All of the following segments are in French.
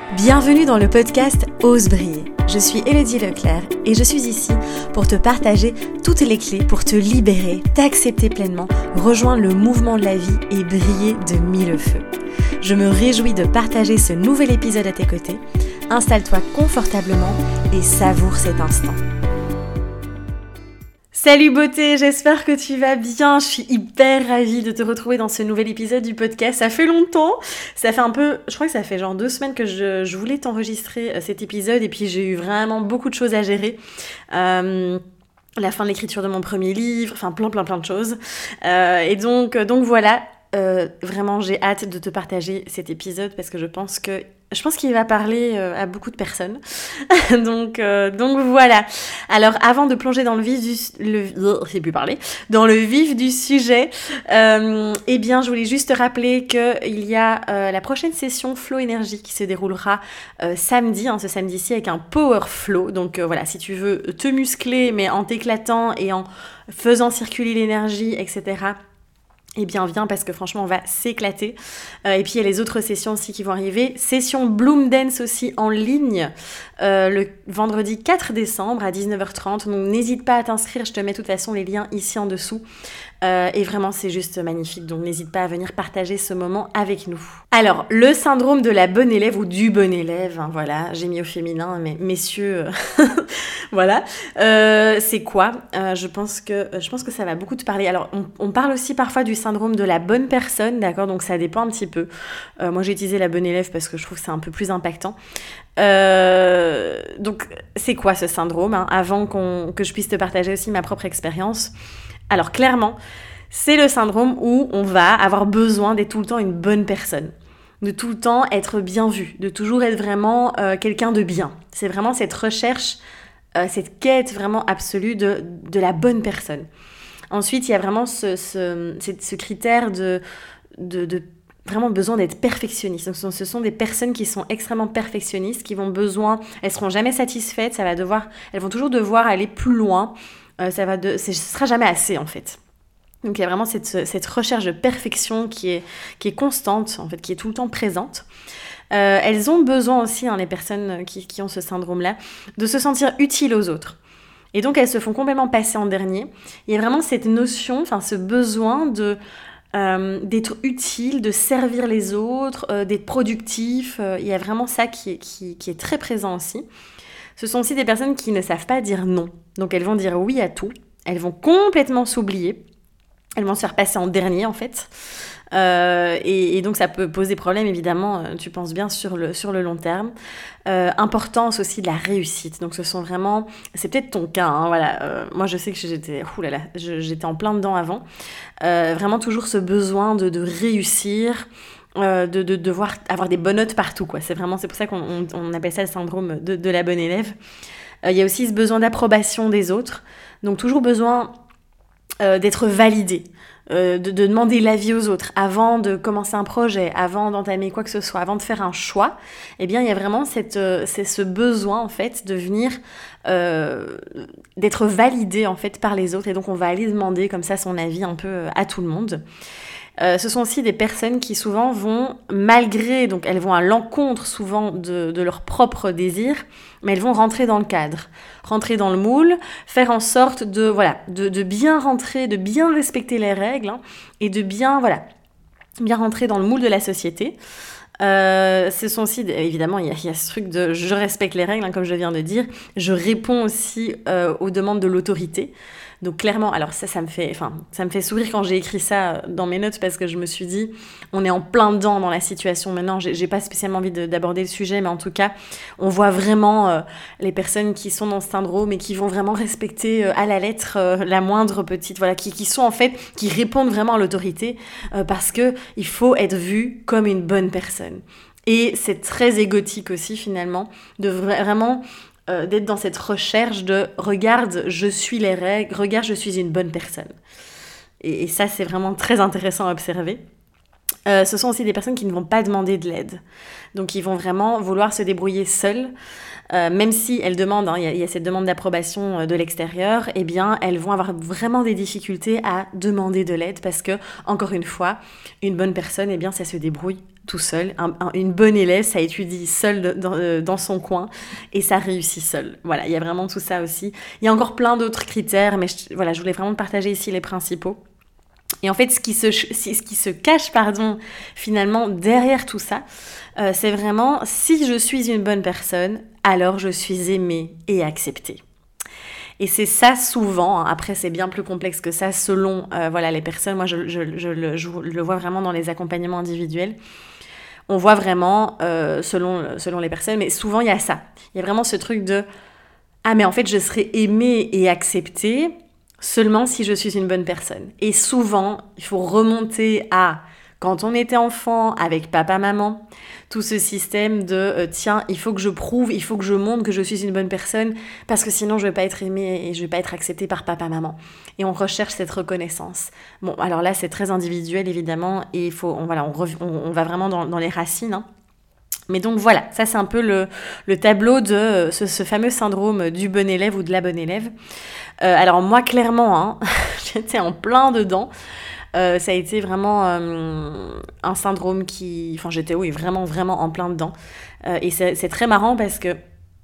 Bienvenue dans le podcast Ose briller. Je suis Élodie Leclerc et je suis ici pour te partager toutes les clés pour te libérer, t'accepter pleinement, rejoindre le mouvement de la vie et briller de mille feux. Je me réjouis de partager ce nouvel épisode à tes côtés. Installe-toi confortablement et savoure cet instant. Salut beauté, j'espère que tu vas bien. Je suis hyper ravie de te retrouver dans ce nouvel épisode du podcast. Ça fait longtemps, ça fait je crois que ça fait genre 2 semaines que je voulais t'enregistrer cet épisode et puis j'ai eu vraiment beaucoup de choses à gérer. La fin de l'écriture de mon premier livre, enfin plein de choses. Et donc voilà, vraiment j'ai hâte de te partager cet épisode parce que je pense qu'il va parler à beaucoup de personnes. donc voilà. Alors avant de plonger dans le vif du sujet, eh bien je voulais juste te rappeler qu'il y a la prochaine session Flow Énergie qui se déroulera samedi, ce samedi-ci avec un Power Flow. Donc voilà, si tu veux te muscler mais en t'éclatant et en faisant circuler l'énergie, etc., eh bien viens parce que franchement on va s'éclater. Et puis il y a les autres sessions aussi qui vont arriver. Session Bloom Dance aussi en ligne le vendredi 4 décembre à 19h30. Donc n'hésite pas à t'inscrire, je te mets de toute façon les liens ici en dessous. Et vraiment c'est juste magnifique, donc n'hésite pas à venir partager ce moment avec nous. Alors le syndrome de la bonne élève ou du bon élève, voilà, j'ai mis au féminin mais messieurs voilà, c'est quoi? Je pense que ça va beaucoup te parler. Alors on parle aussi parfois du syndrome de la bonne personne, d'accord, donc ça dépend un petit peu. Moi j'ai utilisé la bonne élève parce que je trouve que c'est un peu plus impactant. Donc c'est quoi ce syndrome, avant que je puisse te partager aussi ma propre expérience. Alors clairement, c'est le syndrome où on va avoir besoin d'être tout le temps une bonne personne, de tout le temps être bien vu, de toujours être vraiment quelqu'un de bien. C'est vraiment cette recherche, cette quête vraiment absolue de la bonne personne. Ensuite, il y a vraiment ce critère de vraiment besoin d'être perfectionniste. Donc, ce sont des personnes qui sont extrêmement perfectionnistes, elles seront jamais satisfaites, elles vont toujours devoir aller plus loin. Ce sera jamais assez en fait. Donc il y a vraiment cette recherche de perfection qui est constante, en fait, qui est tout le temps présente. Elles ont besoin aussi, les personnes qui ont ce syndrome-là, de se sentir utiles aux autres. Et donc elles se font complètement passer en dernier. Il y a vraiment cette notion, ce besoin d'être utile, de servir les autres, d'être productif. Il y a vraiment ça qui est très présent aussi. Ce sont aussi des personnes qui ne savent pas dire non. Donc elles vont dire oui à tout. Elles vont complètement s'oublier. Elles vont se faire passer en dernier en fait. Et donc ça peut poser problème évidemment, tu penses bien sur le long terme. Importance aussi de la réussite. Donc c'est peut-être ton cas, voilà. Moi je sais que j'étais en plein dedans avant. Vraiment toujours ce besoin de réussir. De devoir avoir des bonnes notes partout, quoi. C'est pour ça qu'on appelle ça le syndrome de la bonne élève. Il y a aussi ce besoin d'approbation des autres, donc toujours besoin d'être validé, de demander l'avis aux autres avant de commencer un projet, avant d'entamer quoi que ce soit, avant de faire un choix. Eh bien il y a vraiment c'est ce besoin en fait de venir d'être validé en fait par les autres, et donc on va aller demander comme ça son avis un peu à tout le monde. Ce sont aussi des personnes qui souvent vont, donc elles vont à l'encontre souvent de leurs propres désirs, mais elles vont rentrer dans le cadre, rentrer dans le moule, faire en sorte de bien rentrer, de bien respecter les règles, et de bien rentrer dans le moule de la société. Ce sont aussi, évidemment, il y a ce truc de je respecte les règles, comme je viens de dire. Je réponds aussi aux demandes de l'autorité. Donc clairement, alors ça me fait sourire quand j'ai écrit ça dans mes notes, parce que je me suis dit, on est en plein dedans dans la situation maintenant. J'ai pas spécialement envie d'aborder le sujet, mais en tout cas, on voit vraiment les personnes qui sont dans ce syndrome et qui vont vraiment respecter à la lettre la moindre petite, qui sont en fait, qui répondent vraiment à l'autorité parce que il faut être vu comme une bonne personne. Et c'est très égotique aussi finalement de vraiment d'être dans cette recherche de « regarde, je suis les règles, regarde, je suis une bonne personne ». Et ça, c'est vraiment très intéressant à observer. Ce sont aussi des personnes qui ne vont pas demander de l'aide. Donc, ils vont vraiment vouloir se débrouiller seuls. Même si elles demandent, hein, il y a cette demande d'approbation de l'extérieur, eh bien, elles vont avoir vraiment des difficultés à demander de l'aide parce que, encore une fois, une bonne personne, eh bien, ça se débrouille tout seul. Une bonne élève, ça étudie seule dans son coin et ça réussit seul. Voilà, il y a vraiment tout ça aussi. Il y a encore plein d'autres critères, mais je voulais vraiment partager ici les principaux. Et en fait, ce qui se cache, finalement, derrière tout ça, c'est vraiment, si je suis une bonne personne, alors je suis aimée et acceptée. Et c'est ça souvent, hein, après c'est bien plus complexe que ça, selon les personnes, moi je le vois vraiment dans les accompagnements individuels, on voit vraiment selon les personnes, mais souvent il y a ça, il y a vraiment ce truc de « Ah mais en fait je serai aimée et acceptée », seulement si je suis une bonne personne. Et souvent, il faut remonter à quand on était enfant avec papa, maman, tout ce système de tiens, il faut que je prouve, il faut que je montre que je suis une bonne personne parce que sinon je vais pas être aimée et je vais pas être acceptée par papa, maman. Et on recherche cette reconnaissance. Bon, alors là, c'est très individuel évidemment et on va vraiment dans les racines. Hein. Mais donc voilà, ça c'est un peu le tableau de ce fameux syndrome du bon élève ou de la bonne élève. Alors moi clairement, hein, j'étais en plein dedans. Ça a été vraiment un syndrome j'étais vraiment vraiment en plein dedans. Et c'est très marrant parce que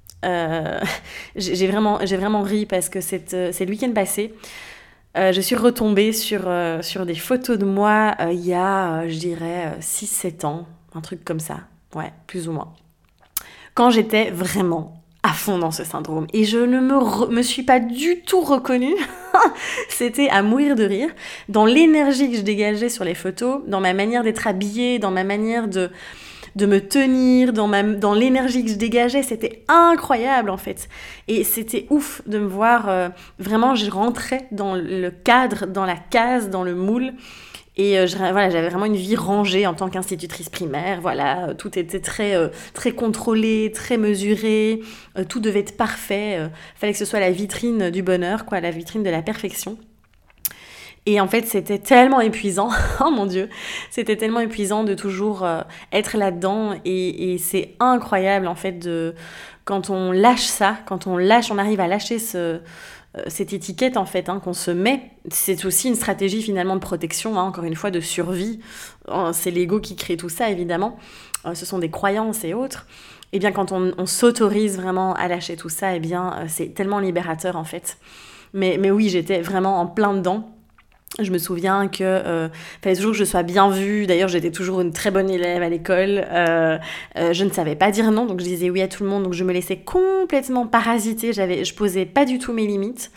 j'ai vraiment ri parce que c'est le week-end passé. Je suis retombée sur des photos de moi il y a, je dirais, 6-7 ans, un truc comme ça. Ouais, plus ou moins. Quand j'étais vraiment à fond dans ce syndrome. Et je ne me suis pas du tout reconnue. C'était à mourir de rire. Dans l'énergie que je dégageais sur les photos, dans ma manière d'être habillée, dans ma manière de me tenir, dans l'énergie que je dégageais, c'était incroyable en fait. Et c'était ouf de me voir, vraiment je rentrais dans le cadre, dans la case, dans le moule. Et j'avais vraiment une vie rangée en tant qu'institutrice primaire. Voilà, tout était très contrôlé, très mesuré. Tout devait être parfait. Fallait que ce soit la vitrine du bonheur, quoi, la vitrine de la perfection. Et en fait, c'était tellement épuisant. Oh mon Dieu, c'était tellement épuisant de toujours être là-dedans. Et c'est incroyable en fait quand on lâche ça, on arrive à lâcher cette étiquette en fait qu'on se met, c'est aussi une stratégie finalement de protection, encore une fois de survie. C'est l'ego qui crée tout ça évidemment, ce sont des croyances et autres. Et bien quand on s'autorise vraiment à lâcher tout ça, et bien c'est tellement libérateur en fait. Mais oui, j'étais vraiment en plein dedans. Je me souviens que fallait toujours que je sois bien vue. D'ailleurs, j'étais toujours une très bonne élève à l'école. Je ne savais pas dire non, donc je disais oui à tout le monde. Donc je me laissais complètement parasiter. Je posais pas du tout mes limites.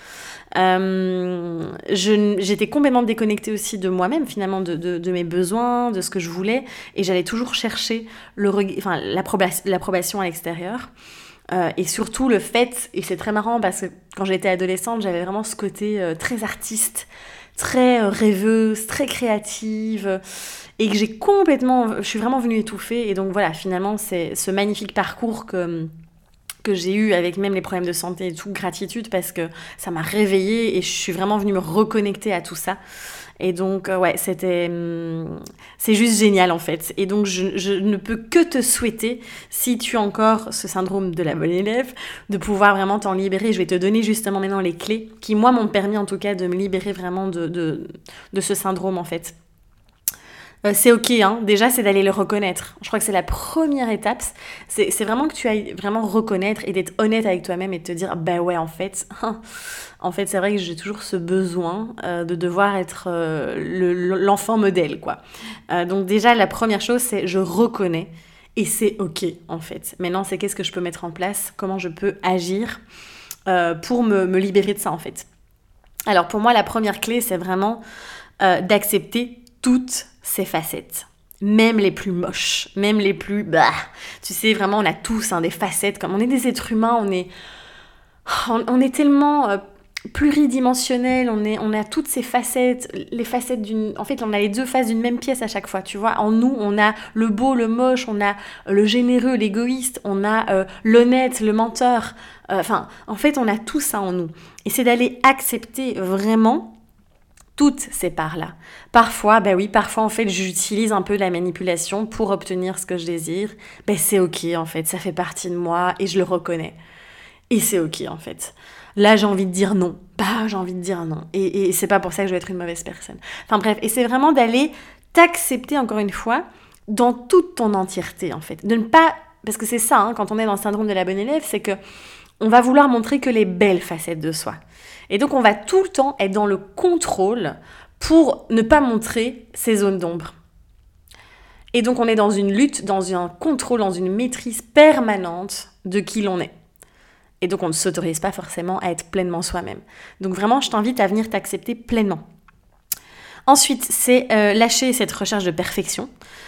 J'étais complètement déconnectée aussi de moi-même, finalement, de mes besoins, de ce que je voulais. Et j'allais toujours chercher l'approbation à l'extérieur. Et surtout le fait, et c'est très marrant parce que quand j'étais adolescente, j'avais vraiment ce côté très artiste, très rêveuse, très créative, et que je suis vraiment venue étouffer. Et donc voilà, finalement, c'est ce magnifique parcours que j'ai eu avec même les problèmes de santé et tout, gratitude, parce que ça m'a réveillée et je suis vraiment venue me reconnecter à tout ça. Et donc, c'est juste génial en fait. Et donc, je ne peux que te souhaiter, si tu as encore ce syndrome de la bonne élève, de pouvoir vraiment t'en libérer. Je vais te donner justement maintenant les clés qui, moi, m'ont permis en tout cas de me libérer vraiment de ce syndrome en fait. C'est ok, hein. Déjà c'est d'aller le reconnaître. Je crois que c'est la première étape. C'est vraiment que tu ailles vraiment reconnaître et d'être honnête avec toi-même et de te dire bah ouais en fait c'est vrai que j'ai toujours ce besoin de devoir être l'enfant modèle quoi. Donc déjà la première chose c'est je reconnais et c'est ok en fait. Maintenant c'est qu'est-ce que je peux mettre en place, comment je peux agir pour me libérer de ça en fait. Alors pour moi la première clé c'est vraiment d'accepter toutes ces facettes, même les plus moches, même les plus tu sais vraiment on a tous des facettes, comme on est des êtres humains, on est tellement pluridimensionnel, on a toutes ces facettes, les facettes en fait on a les deux faces d'une même pièce à chaque fois, tu vois. En nous on a le beau, le moche, on a le généreux, l'égoïste, on a l'honnête, le menteur, en fait on a tout ça en nous, et c'est d'aller accepter vraiment toutes ces parts-là. Parfois, parfois en fait, j'utilise un peu de la manipulation pour obtenir ce que je désire. C'est ok en fait, ça fait partie de moi et je le reconnais. Et c'est ok en fait. Là, j'ai envie de dire non. J'ai envie de dire non. Et c'est pas pour ça que je vais être une mauvaise personne. Enfin bref, et c'est vraiment d'aller t'accepter encore une fois dans toute ton entièreté en fait. De ne pas... Parce que c'est ça, quand on est dans le syndrome de la bonne élève, c'est que on va vouloir montrer que les belles facettes de soi. Et donc, on va tout le temps être dans le contrôle pour ne pas montrer ces zones d'ombre. Et donc, on est dans une lutte, dans un contrôle, dans une maîtrise permanente de qui l'on est. Et donc, on ne s'autorise pas forcément à être pleinement soi-même. Donc, vraiment, je t'invite à venir t'accepter pleinement. Ensuite, c'est lâcher cette recherche de perfection.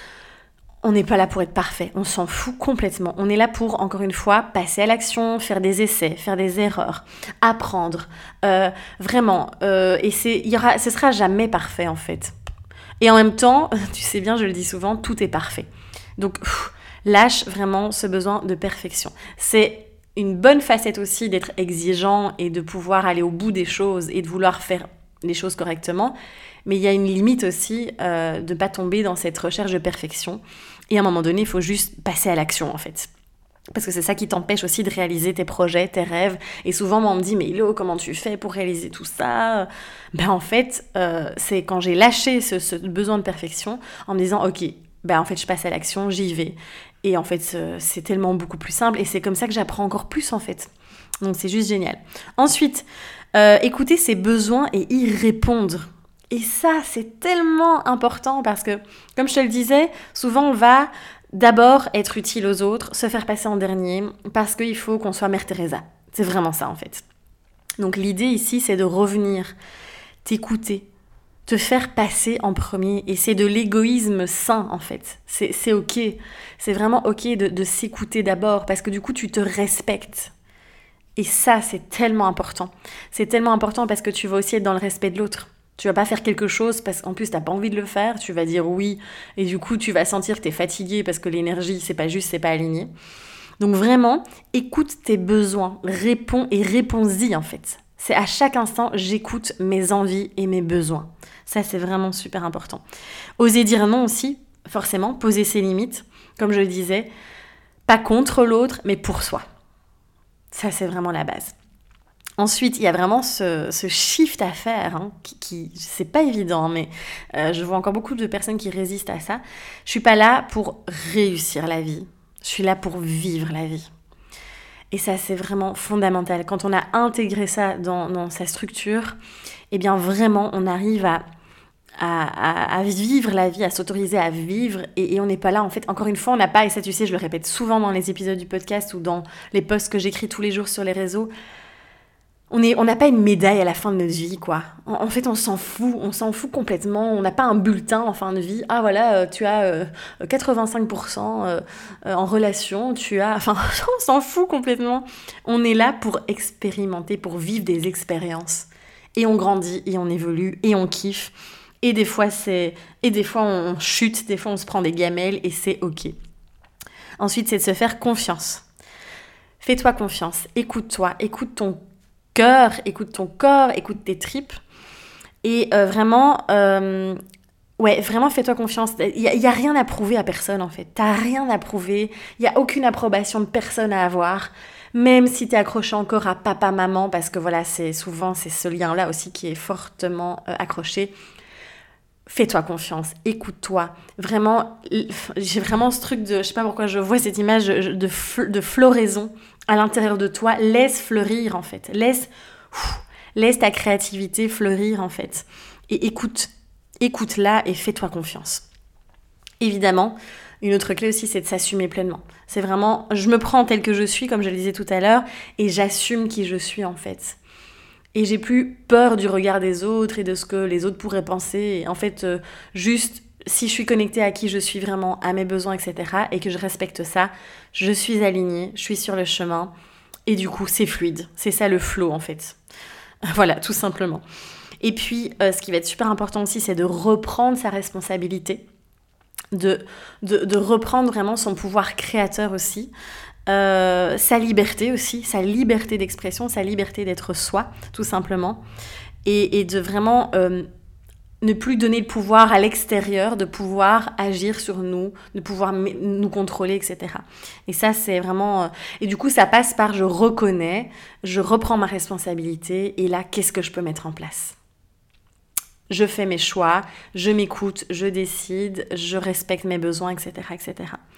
On n'est pas là pour être parfait, on s'en fout complètement. On est là pour, encore une fois, passer à l'action, faire des essais, faire des erreurs, apprendre, vraiment. Et ce sera jamais parfait en fait. Et en même temps, tu sais bien, je le dis souvent, tout est parfait. Donc, lâche vraiment ce besoin de perfection. C'est une bonne facette aussi d'être exigeant et de pouvoir aller au bout des choses et de vouloir faire les choses correctement. Mais il y a une limite aussi de ne pas tomber dans cette recherche de perfection. Et à un moment donné, il faut juste passer à l'action en fait. Parce que c'est ça qui t'empêche aussi de réaliser tes projets, tes rêves. Et souvent, moi, on me dit « Mais Hilo, comment tu fais pour réaliser tout ça ?» En fait, c'est quand j'ai lâché ce besoin de perfection en me disant « Ok, en fait, je passe à l'action, j'y vais. » Et en fait, c'est tellement beaucoup plus simple. Et c'est comme ça que j'apprends encore plus en fait. Donc, c'est juste génial. Ensuite, écouter ses besoins et y répondre. Et ça, c'est tellement important parce que, comme je te le disais, souvent on va d'abord être utile aux autres, se faire passer en dernier, parce qu'il faut qu'on soit Mère Teresa. C'est vraiment ça en fait. Donc l'idée ici, c'est de revenir, t'écouter, te faire passer en premier. Et c'est de l'égoïsme sain en fait. C'est ok. C'est vraiment ok de s'écouter d'abord parce que du coup, tu te respectes. Et ça, c'est tellement important. C'est tellement important parce que tu vas aussi être dans le respect de l'autre. Tu vas pas faire quelque chose parce qu'en plus t'as pas envie de le faire, tu vas dire oui et du coup tu vas sentir que t'es fatigué parce que l'énergie c'est pas aligné. Donc vraiment, écoute tes besoins, réponds et réponds-y en fait. C'est à chaque instant, j'écoute mes envies et mes besoins. Ça c'est vraiment super important. Oser dire non aussi, forcément, poser ses limites, comme je le disais, pas contre l'autre mais pour soi. Ça c'est vraiment la base. Ensuite, il y a vraiment ce shift à faire, qui c'est pas évident, mais je vois encore beaucoup de personnes qui résistent à ça. Je suis pas là pour réussir la vie, je suis là pour vivre la vie. Et ça, c'est vraiment fondamental. Quand on a intégré ça dans sa structure, eh bien vraiment, on arrive à vivre la vie, à s'autoriser à vivre, et on n'est pas là, en fait, encore une fois, on n'a pas, et ça tu sais, je le répète souvent dans les épisodes du podcast ou dans les posts que j'écris tous les jours sur les réseaux, on n'a pas une médaille à la fin de notre vie, quoi. En fait, on s'en fout complètement. On n'a pas un bulletin en fin de vie. Ah voilà, tu as 85% en relation, Enfin, on s'en fout complètement. On est là pour expérimenter, pour vivre des expériences. Et on grandit, et on évolue, et on kiffe. Et des fois, on chute, des fois, on se prend des gamelles, et c'est ok. Ensuite, c'est de se faire confiance. Fais-toi confiance, écoute-toi, écoute ton cœur, écoute ton corps, écoute tes tripes et vraiment fais-toi confiance. Il y a rien à prouver à personne en fait. T'as rien à prouver, il y a aucune approbation de personne à avoir, même si t'es accroché encore à papa, maman, parce que voilà, c'est ce lien-là aussi qui est fortement accroché. Fais-toi confiance, écoute-toi. Vraiment, j'ai vraiment ce truc de, je sais pas pourquoi je vois cette image de floraison à l'intérieur de toi. Laisse fleurir en fait. Laisse ta créativité fleurir en fait. Et écoute-la et fais-toi confiance. Évidemment, une autre clé aussi, c'est de s'assumer pleinement. C'est vraiment, je me prends tel que je suis, comme je le disais tout à l'heure, et j'assume qui je suis en fait. Et j'ai plus peur du regard des autres et de ce que les autres pourraient penser. Et en fait, juste, si je suis connectée à qui je suis vraiment, à mes besoins, etc., et que je respecte ça, je suis alignée, je suis sur le chemin. Et du coup, c'est fluide. C'est ça le flow, en fait. Voilà, tout simplement. Et puis, ce qui va être super important aussi, c'est de reprendre sa responsabilité. De reprendre vraiment son pouvoir créateur aussi. Sa liberté aussi, sa liberté d'expression, sa liberté d'être soi, tout simplement, et de vraiment ne plus donner le pouvoir à l'extérieur, de pouvoir agir sur nous, de pouvoir nous contrôler, etc. Et ça, c'est vraiment... Et du coup, ça passe par je reconnais, je reprends ma responsabilité, et là, qu'est-ce que je peux mettre en place ? Je fais mes choix, je m'écoute, je décide, je respecte mes besoins, etc., etc.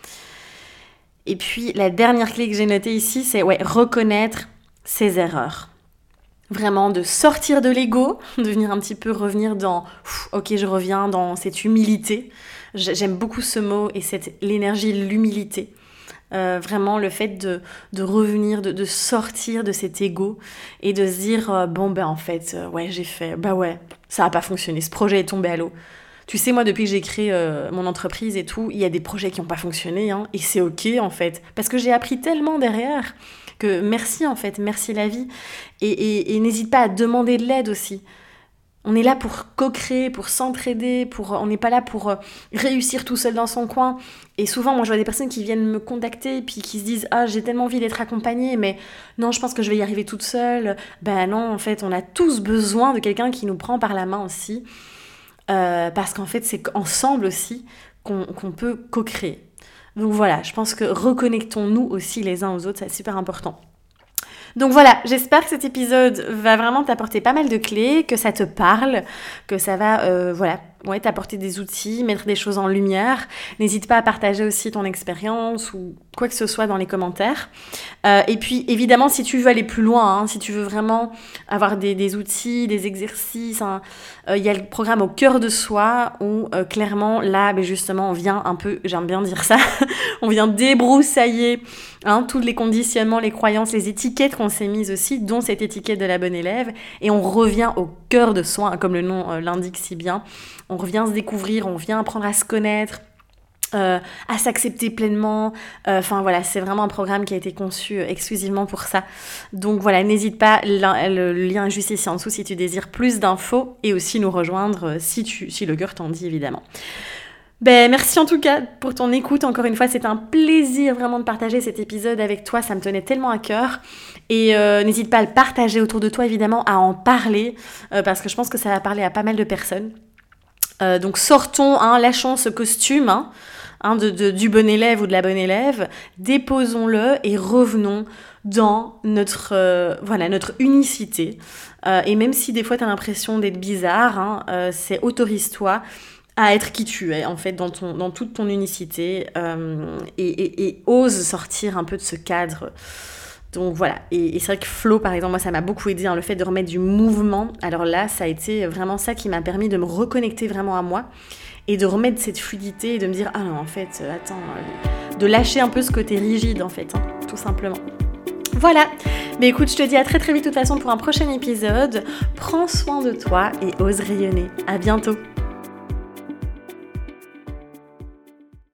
Et puis, la dernière clé que j'ai notée ici, c'est reconnaître ses erreurs. Vraiment de sortir de l'ego, de venir un petit peu revenir dans ok, je reviens dans cette humilité. J'aime beaucoup ce mot et l'énergie de l'humilité. Vraiment le fait de revenir, de sortir de cet ego et de se dire en fait, j'ai fait, ça n'a pas fonctionné, ce projet est tombé à l'eau. Tu sais, moi, depuis que j'ai créé mon entreprise et tout, il y a des projets qui n'ont pas fonctionné, et c'est ok, en fait, parce que j'ai appris tellement derrière que merci, en fait, merci la vie. Et n'hésite pas à demander de l'aide aussi. On est là pour co-créer, pour s'entraider, on n'est pas là pour réussir tout seul dans son coin. Et souvent, moi, je vois des personnes qui viennent me contacter puis qui se disent « Ah, j'ai tellement envie d'être accompagnée, mais non, je pense que je vais y arriver toute seule. » Ben non, en fait, on a tous besoin de quelqu'un qui nous prend par la main aussi. Parce qu'en fait, c'est ensemble aussi qu'on peut co-créer. Donc voilà, je pense que reconnectons-nous aussi les uns aux autres, c'est super important. Donc voilà, j'espère que cet épisode va vraiment t'apporter pas mal de clés, que ça te parle, que ça va t'apporter des outils, mettre des choses en lumière. N'hésite pas à partager aussi ton expérience ou quoi que ce soit dans les commentaires. Et puis évidemment, si tu veux aller plus loin, si tu veux vraiment avoir des outils, des exercices, il y a le programme Au cœur de soi où clairement là, justement, on vient un peu, j'aime bien dire ça, on vient débroussailler tous les conditionnements, les croyances, les étiquettes qu'on s'est mises aussi, dont cette étiquette de la bonne élève, et on revient au cœur de soi, comme le nom l'indique si bien. On revient se découvrir, on vient apprendre à se connaître, à s'accepter pleinement. C'est vraiment un programme qui a été conçu exclusivement pour ça. Donc voilà, n'hésite pas, le lien est juste ici en dessous si tu désires plus d'infos et aussi nous rejoindre si le cœur t'en dit évidemment. Merci en tout cas pour ton écoute. Encore une fois, c'est un plaisir vraiment de partager cet épisode avec toi. Ça me tenait tellement à cœur. Et n'hésite pas à le partager autour de toi, évidemment, à en parler, parce que je pense que ça va parler à pas mal de personnes. Donc sortons, lâchons ce costume du bon élève ou de la bonne élève, déposons-le et revenons dans notre unicité. Et même si des fois tu as l'impression d'être bizarre, autorise-toi à être qui tu es, en fait, dans toute ton unicité, et ose sortir un peu de ce cadre. Donc voilà, et c'est vrai que Flow, par exemple, moi ça m'a beaucoup aidé, le fait de remettre du mouvement. Alors là, ça a été vraiment ça qui m'a permis de me reconnecter vraiment à moi et de remettre cette fluidité et de me dire, ah non, en fait, de lâcher un peu ce côté rigide, en fait, tout simplement. Voilà, mais écoute, je te dis à très très vite de toute façon pour un prochain épisode. Prends soin de toi et ose rayonner. À bientôt.